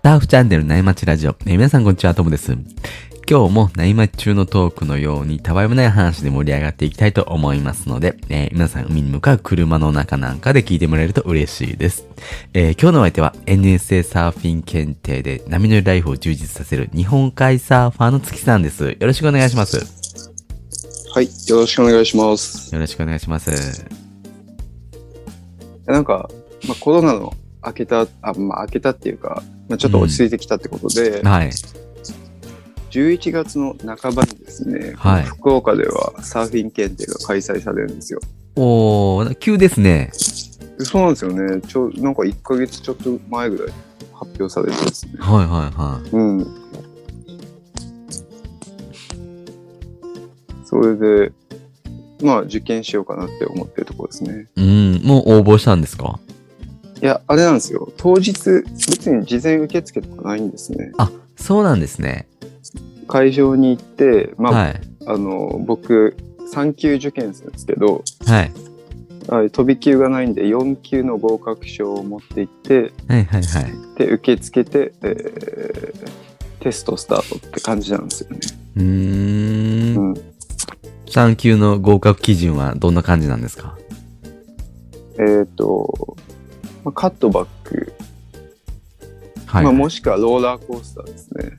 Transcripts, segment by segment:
サーフチャンネル内町ラジオ。皆さんこんにちは、ともです。今日も内町中のトークのようにたわいもない話で盛り上がっていきたいと思いますので、皆さん海に向かう車の中なんかで聞いてもらえると嬉しいです。今日のお相手は NSA サーフィン検定で波乗りライフを充実させる日本海サーファーの月さんです。よろしくお願いします。 はい、よろしくお願いします。 よろしくお願いします。 なんか、コロナの明けたっていうか、ちょっと落ち着いてきたってことで、 はい。 11月の半ばにですね、 はい、 福岡ではサーフィン検定が開催されるんですよ。 おー、急ですね。 そうなんですよね。なんか1ヶ月ちょっと前ぐらい発表されてですね。 はいはいはい。 うん。それで、受験しようかなって思ってるところですね。 もう応募したんですか？ いや、あれなんですよ。当日、別に事前受付とかないんですね。 あ、そうなんですね。 会場に行って、 はい、 僕、3級受験するんですけど、 はい。 飛び級がないんで、4級の合格証を持って行って、 はいはいはい。 で、受け付けて、テストスタートって感じなんですよね。 3級の合格基準はどんな感じなんですか？ カットバック、 はい、 もしくはローラーコースターですね。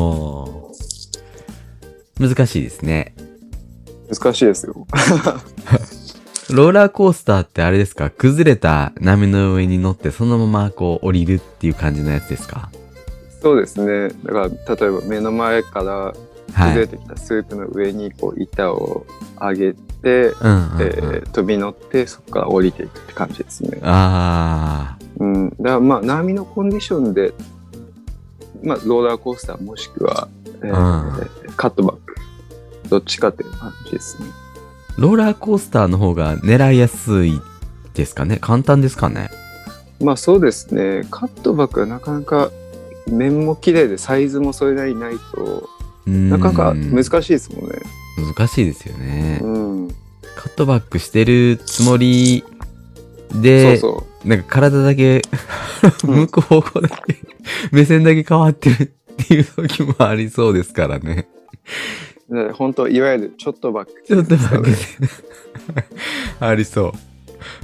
難しいですね。 難しいですよ。 ローラーコースターってあれですか？崩れた波の上に乗ってそのままこう降りるっていう感じのやつですか？ そうですね。だから例えば目の前から崩れてきたスープの上にこう板を上げて、飛び乗ってそこから降りていくって感じですね。だから波のコンディションで、ローラーコースターもしくは、カットバックどっちかっていう感じですね。 ローラーコースターの方が狙いやすいですかね？簡単ですかね？ そうですね。カットバックはなかなか面も綺麗でサイズもそれなりにないとなかなか難しいですもんね。 難しいですよね。カットバックしてるつもりで、なんか体だけ向こう方向だけ目線だけ変わってるっていう時もありそうですからね。 本当いわゆるちょっとバック、 ちょっとバックありそう。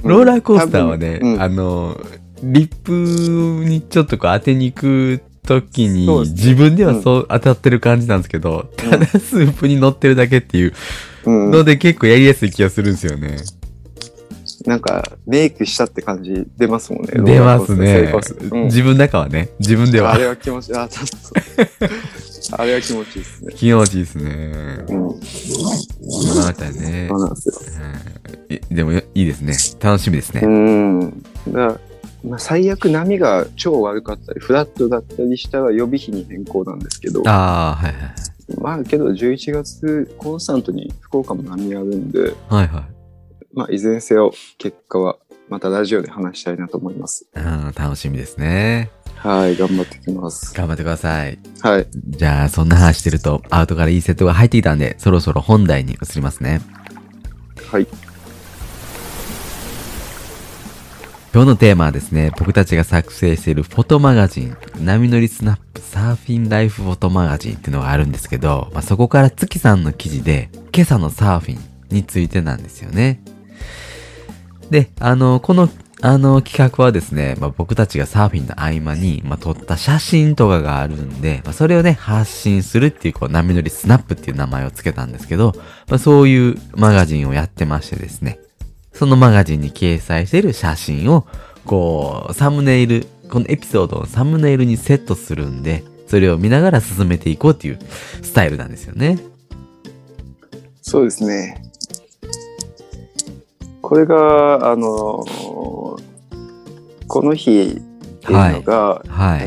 ローラーコースターはね、リップにちょっとこう当てに行く時に、自分ではそう当たってる感じなんですけど、ただスープに乗ってるだけっていうので結構やりやすい気がするんですよね。 なんかメイクしたって感じ出ますもんね。 出ますね。自分の中はね、自分では。 あれは気持ちいい。あれは気持ちいいですね。 気持ちいいですね。またね。 そうなんですよ。 でもいいですね。楽しみですね。 最悪波が超悪かったりフラットだったりしたら予備費に変更なんですけど、けど11月コンスタントに福岡も波あるんで、いずれにせよ結果はまたラジオで話したいなと思います。 楽しみですね。 はい、頑張ってきます。 頑張ってください。 はい。 じゃあそんな話してるとアウトからいいセットが入っていたんで、そろそろ本題に移りますね。 はい。 今日のテーマはですね、僕たちが作成しているフォトマガジン、波乗りスナップサーフィンライフフォトマガジンっていうのがあるんですけど、そこから月さんの記事で、今朝のサーフィンについてなんですよね。で、この、企画はですね、僕たちがサーフィンの合間に、撮った写真とかがあるんで、それをね、発信するっていう、波乗りスナップっていう名前をつけたんですけど、そういうマガジンをやってましてですね、そのマガジンに掲載している写真を、サムネイル、このエピソードをサムネイルにセットするんで、それを見ながら進めていこうっていうスタイルなんですよね。 そうですね。これが、この日っていうのが、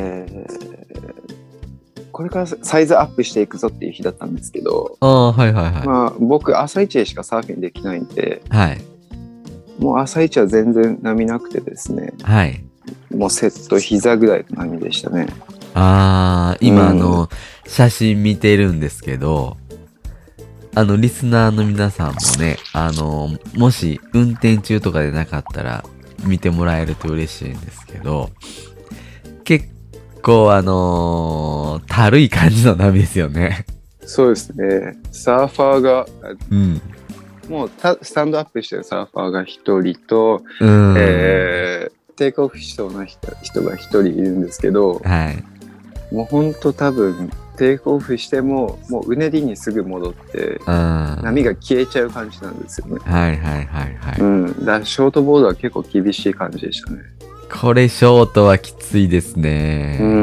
これからサイズアップしていくぞっていう日だったんですけど、僕、朝一でしかサーフィンできないんで、もう朝一は全然波なくてですね。もうセット膝ぐらいの波でしたね。 今写真見てるんですけど、リスナーの皆さんもね、もし運転中とかでなかったら見てもらえると嬉しいんですけど、 構たるい感じの波ですよね。 そうですね。サーファーが、 うん。 もうスタンドアップしてるサーファーが一人と、テイクオフしそうな人が一人いるんですけど、 はい。 もうほんと多分、テイクオフしても、もううねりにすぐ戻って、波が消えちゃう感じなんですよね。 はいはいはいはい。 うん。だからショートボードは結構厳しい感じでしたね。 これショートはきついですね。 うん。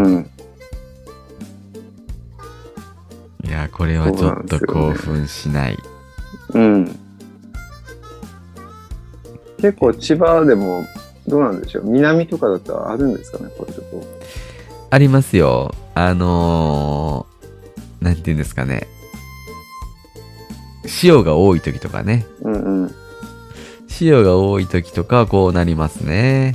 いや、これはちょっと興奮しない。 うん。結構千葉でもどうなんでしょう。南とかだったらあるんですかね、こういうとこ。 ありますよ。なんて言うんですかね。潮が多い時とかね。 うんうん。 潮が多い時とかはこうなりますね。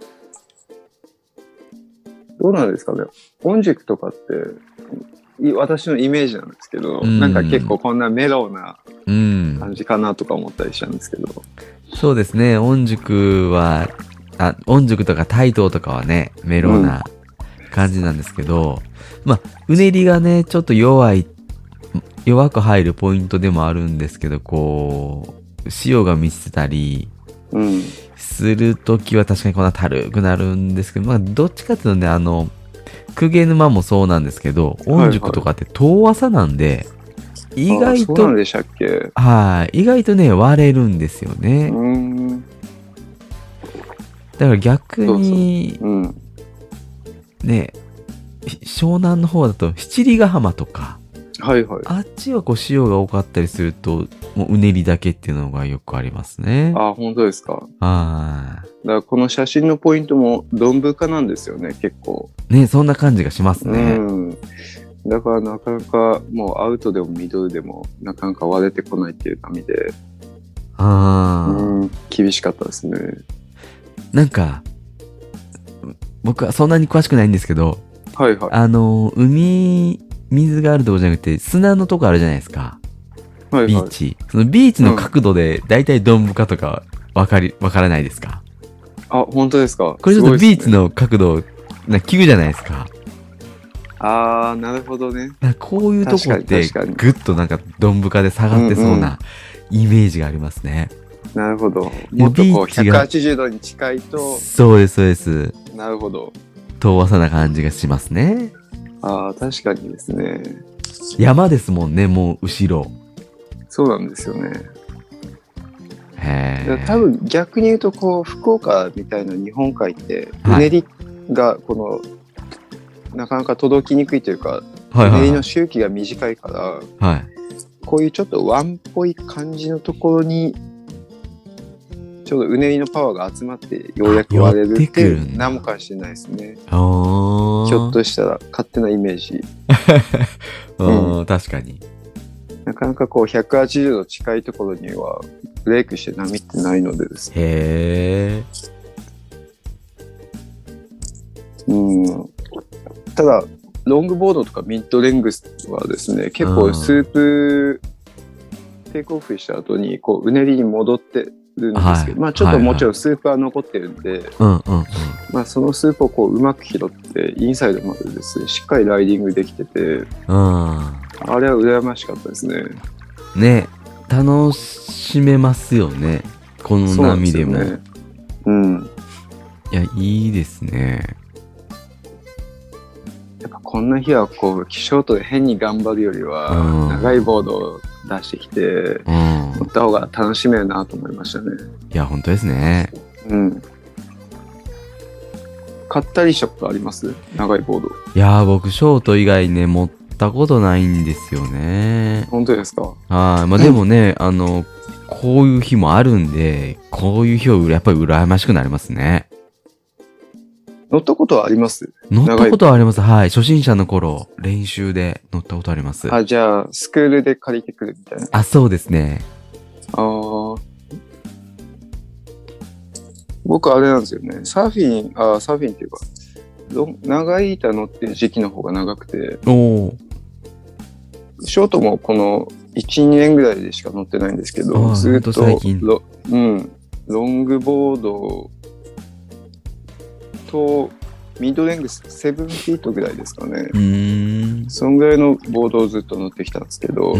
どうなんですかね。御宿とかって私のイメージなんですけど、なんか結構こんなメロウな感じかなとか思ったりしたんですけど。 そうですね。御宿とか台東とかはね、メロウな感じなんですけど、まあ、うねりがね、ちょっと弱く入るポイントでもあるんですけど、こう、潮が満ちてたり、するときは確かにこんなたるくなるんですけど、まあ、どっちかっていうとね、公家沼もそうなんですけど、御宿とかって遠浅なんで、意外と、 そうなんでしたっけ？ はい、意外とね、割れるんですよね。だから逆に、ね、湘南の方だと七里ヶ浜とか、 はいはい。 あっちはこう潮が多かったりすると、もううねりだけっていうのがよくありますね。 あ、本当ですか。 はい。 だからこの写真のポイントもどんぶかなんですよね、結構。 ね、そんな感じがしますね。 だからなかなかもうアウトでもミドルでもなかなか割れてこないっていう波で、厳しかったですね。 なんか、僕はそんなに詳しくないんですけど、 はいはい。 水があるとこじゃなくて砂のとこあるじゃないですか。 はいはい、 ビーチ。そのビーチの角度でだいたいどんぶかとかわからないですか？ あ、本当ですか。 これちょっとビーチの角度、聞くじゃないですか。 あー、なるほどね。 こういうとこってぐっとなんかどんぶかで下がってそうなイメージがありますね。 なるほど。もっとこう180度に近いと。 そうですそうです。 なるほど。 遠浅な感じがしますね。 ああ、確かにですね。 山ですもんね、もう後ろ。 そうなんですよね。 へえ。 多分逆に言うとこう福岡みたいな日本海ってうねりがこの、なかなか届きにくいというか、うねりの周期が短いから、こういうちょっと湾っぽい感じのところにちょうどうねりのパワーが集まってようやく割れるっていうなのかもしれないですね。ひょっとしたら勝手なイメージ。 確かに。 なかなかこう180度近いところにはブレイクして波ってないのでですね。 へー。ただロングボードとかミッドレングスはですね、結構スープテイクオフした後にこううねりに戻ってるんですけど、まあちょっともちろんスープは残ってるんで、まあそのスープをこううまく拾ってインサイドまでですね、しっかりライディングできてて、あれは羨ましかったですね。 ね、楽しめますよね、この波でも。いや、いいですね。 やっぱこんな日はこうショートで変に頑張るよりは、長いボードを出してきて、乗った方が楽しめるなと思いましたね。 いや、本当ですね。 買ったりしたことあります？長いボード。 いやー、僕ショート以外ね持ったことないんですよね。 本当ですか？ まあでもね、こういう日もあるんで、こういう日をやっぱり羨ましくなりますね。 乗ったことはあります？ 乗ったことはあります。はい。初心者の頃、練習で乗ったことあります。 じゃあ、スクールで借りてくるみたいな。 そうですね。 僕あれなんですよね。サーフィンっていうか、長い板乗ってる時期の方が長くて、ショートもこの1、2年ぐらいでしか乗ってないんですけど、ずっと最近ロングボードとミッドレングス7フィートぐらいですかね。 そんぐらいのボードをずっと乗ってきたんですけど、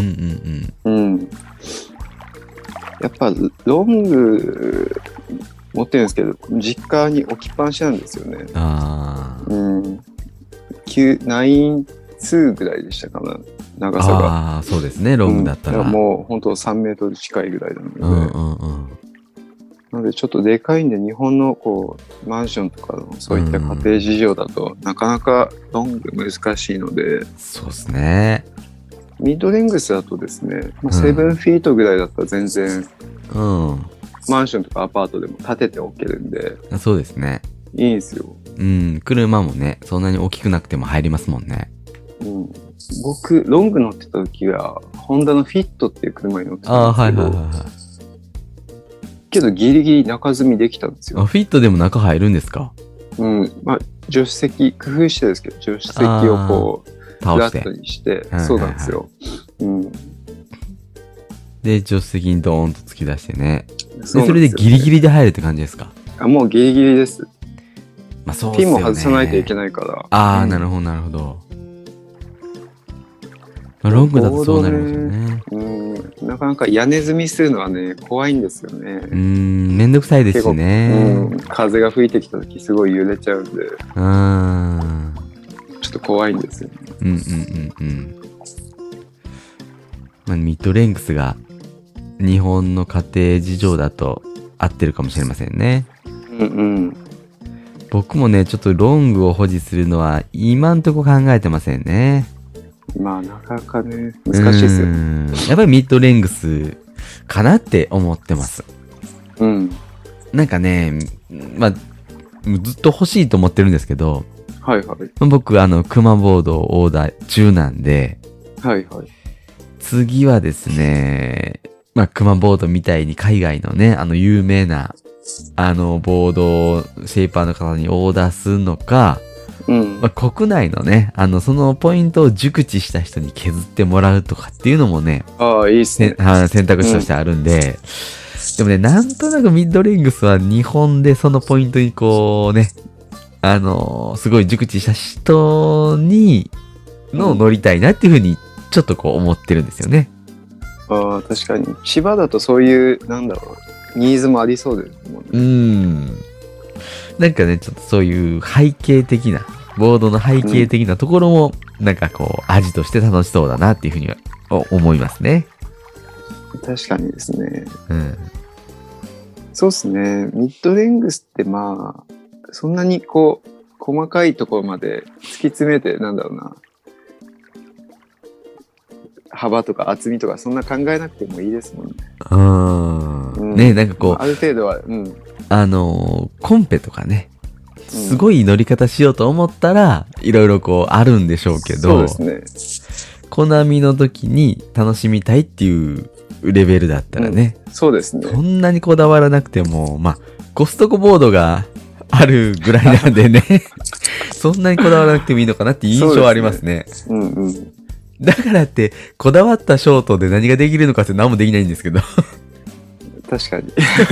やっぱロング持ってるんですけど、実家に置きっぱなしなんですよね。9-2ぐらいでしたかな、長さが。 そうですね、ロングだったら。 もう本当3メートル近いぐらいなので。なのでちょっとでかいんで、日本のこうマンションとかのそういった家庭事情だと、なかなかロング難しいので。 そうですね。 ミッドレングスだとですね、7フィートぐらいだったら全然、マンションとかアパートでも建てておけるんで。 そうですね。 いいんですよ。 車もね、そんなに大きくなくても入りますもんね。 僕、ロング乗ってた時は、ホンダのフィットっていう車に乗ってたんですけど、けどギリギリ中積みできたんですよ。 フィットでも中入るんですか？ 助手席、工夫してですけど、助手席をこう、フラットにして、そうなんですよ。 で、助手席にドーンと突き出してね。それでギリギリで入るって感じですか？ もうギリギリです。 そうですよね。 ピンも外さないといけないから。 なるほど、なるほど。ロングだとそうなりますよね。 なかなか屋根積みするのはね、怖いんですよね。 めんどくさいですしね。 風が吹いてきた時すごい揺れちゃうんで。ちょっと怖いんですよね。 ミッドレングスが日本の家庭事情だと合ってるかもしれませんね。僕もね、ちょっとロングを保持するのは今んとこ考えてませんね。 なかなかね、難しいですよね。 やっぱりミッドレングスかなって思ってます。なんかね、ずっと欲しいと思ってるんですけど、僕、クマボードをオーダー中なんで、次はですね、クマボードみたいに海外のね、有名な、ボードシェイパーの方にオーダーするのか、国内のね、そのポイントを熟知した人に削ってもらうとかっていうのもね、 いいっすね。 選択肢としてあるんで、でもね、なんとなくミッドレングスは日本でそのポイントにこうね、すごい熟知した人に乗りたいなっていうふうにちょっとこう思ってるんですよね。 確かに。千葉だとそういう、ニーズもありそうですもんね。 なんかね、ちょっとそういう背景的な、ボードの背景的なところも、なんかこう、味として楽しそうだなっていうふうには思いますね。 確かにですね。そうですね。ミッドレングスってそんなにこう、細かいところまで突き詰めて、幅とか厚みとかそんな考えなくてもいいですもんね。なんかこう、ある程度は、 コンペとかね、すごい乗り方しようと思ったら、いろいろこうあるんでしょうけど、 そうですね。 コナミの時に楽しみたいっていうレベルだったらね、 そうですね。 そんなにこだわらなくても、コストコボードがあるぐらいなんでね、そんなにこだわらなくてもいいのかなっていう印象はありますね。だからって、こだわったショートで何ができるのかって何もできないんですけど。 確かに。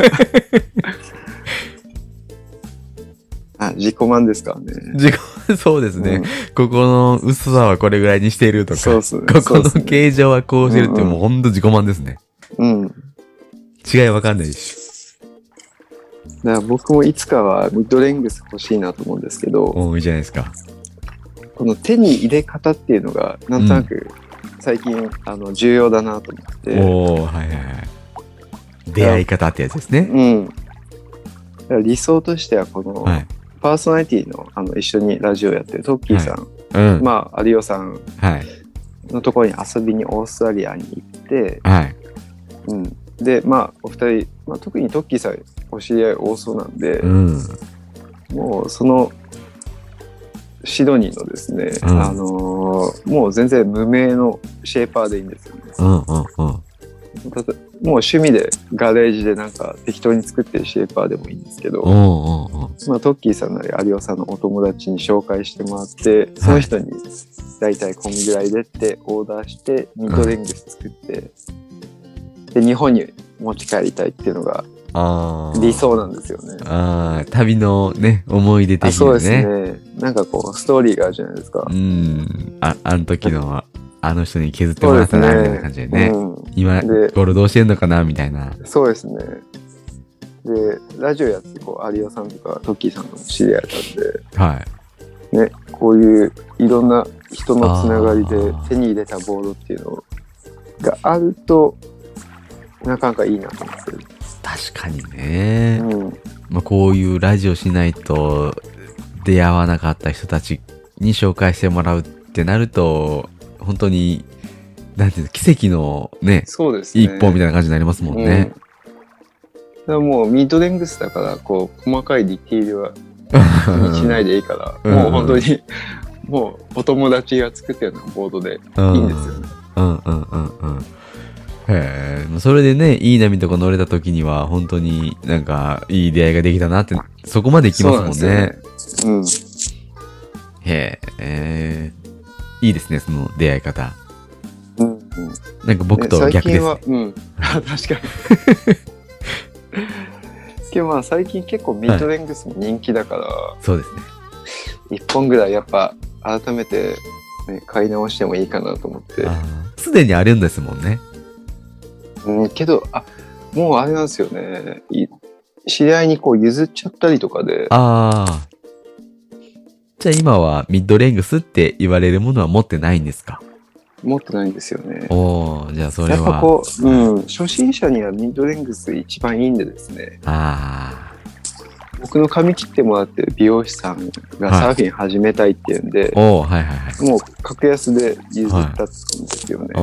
自己満ですからね。 そうですね。ここの薄さはこれぐらいにしているとか、ここの形状はこうしてるってもうほんと自己満ですね。違いわかんないし。 だから僕もいつかはミッドレングス欲しいなと思うんですけど、 いいじゃないですか。 この手に入れ方っていうのがなんとなく最近、重要だなと思って。 出会い方ってやつですね。 だから理想としてはこの、パーソナリティの一緒にラジオやってるトッキーさん、有オさんのところに遊びにオーストラリアに行って、でお二人、特にトッキーさんお知り合い多そうなんで、もうそのシドニーのですね、もう全然無名のシェーパーでいいんですよね。もう趣味でガレージで適当に作ってるシェーパーでもいいんですけど、トッキーさんなり有オさんのお友達に紹介してもらって、その人に大体こんぐらいでってオーダーしてミッドレングス作って、で日本に持ち帰りたいっていうのが理想なんですよね。 旅のね、思い出的にね。 そうですね。 なんかこうストーリーがあるじゃないですか。 あの時のあの人に削ってもらったなみたいな感じでね。今ゴルどうしてんのかなみたいな。 そうですね。でラジオやってこう有吉さんとかトッキーさんとも知り合えたんで、はい。ね、こういういろんな人のつながりで手に入れたボードっていうのがあるとなかなかいいなと思って。 確かにね。まあ、こういうラジオしないと出会わなかった人たちに紹介してもらうってなると本当になんていうの奇跡のね、 そうですね、 一本みたいな感じになりますもんね。 だからもうミッドレングスだからこう細かいディティールは気にしないでいいからもう本当にもうお友達が作ってるようなボードでいいんですよね。 へえ、それでね、いい波とか乗れた時には本当になんかいい出会いができたなってそこまでいきますもんね。へえ、いいですね、その出会い方。なんか僕と逆です、ね。 確かに。でもまあ最近結構ミッドレングスも人気だから、 そうですね。 一本ぐらいやっぱ改めて、ね、買い直してもいいかなと思って。 すでにあるんですもんね。 けどもうあれなんですよね。知り合いにこう譲っちゃったりとかで。 じゃあ今はミッドレングスって言われるものは持ってないんですか？ 持ってないんですよね。 じゃあそれは。 やっぱこう、初心者にはミッドレングス一番いいんでですね。僕の髪切ってもらってる美容師さんがサーフィン始めたいっていうんで、もう格安で譲ったんですよね。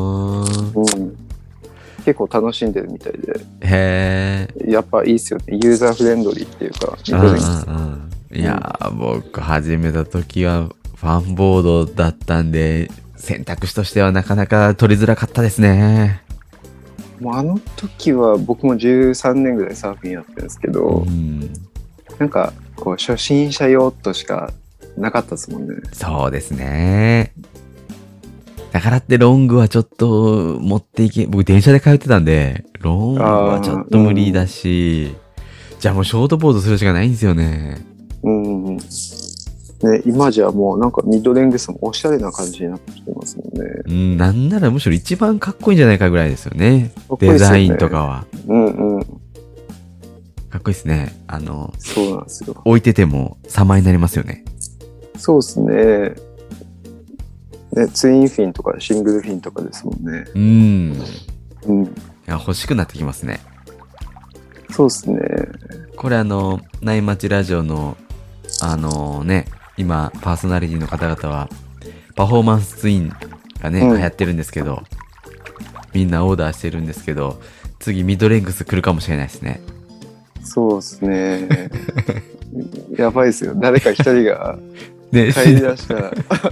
結構楽しんでるみたいで。やっぱいいっすよね。ユーザーフレンドリーっていうか、ミッドレングス。 いやー、僕始めた時はファンボードだったんで、選択肢としてはなかなか取りづらかったですね。 もうあの時は僕も13年ぐらいサーフィンやってるんですけど、なんかこう初心者用としかなかったですもんね。 そうですね。だからってロングはちょっと持っていけ、僕電車で通ってたんで、ロングはちょっと無理だし、じゃあもうショートボードするしかないんですよね。 ね、今じゃもうなんかミッドレングスもおしゃれな感じになってきてますもんね。 なんならむしろ一番かっこいいんじゃないかぐらいですよね。デザインとかは。かっこいいですね。 そうなんですよ。 置いてても様になりますよね。 そうですね。ツインフィンとかシングルフィンとかですもんね。 いや欲しくなってきますね。 そうですね。 これ内町ラジオの今パーソナリティの方々はパフォーマンスツインがね、流行ってるんですけど、みんなオーダーしてるんですけど、次ミッドレングス来るかもしれないですね。 そうですね。やばいですよ。誰か一人が買い出したら。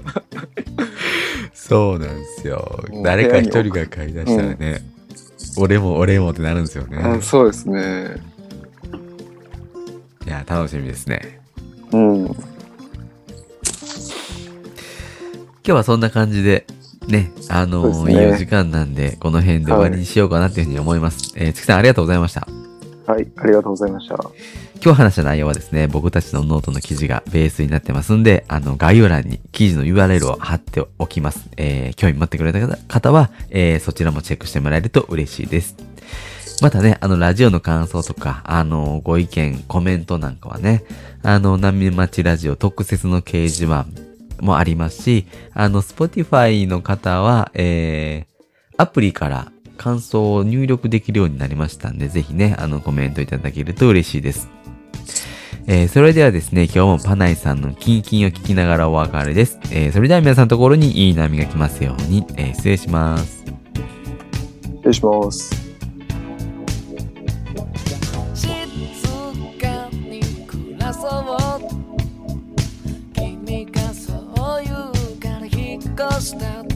そうなんですよ。誰か一人が買い出したらね、俺もってなるんですよね。 そうですね。 いや楽しみですね。今日はそんな感じでね、いいお時間なんでこの辺で終わりにしようかなというふうに思います。月さんありがとうございました。 はい、ありがとうございました。 今日話した内容はですね、僕たちのノートの記事がベースになってますんで、概要欄に記事の URL を貼っておきます。興味持ってくれた方は、そちらもチェックしてもらえると嬉しいです。またね、ラジオの感想とか、ご意見、コメントなんかはね、波町ラジオ特設の掲示板もありますし、Spotify の方は、アプリから感想を入力できるようになりましたんで、ぜひね、コメントいただけると嬉しいです。それではですね、今日もパナイさんのキンキンを聞きながらお別れです。それでは皆さんのところにいい波が来ますように、失礼します。 失礼します。 静かに暮らそう君がそう言うから引っ越した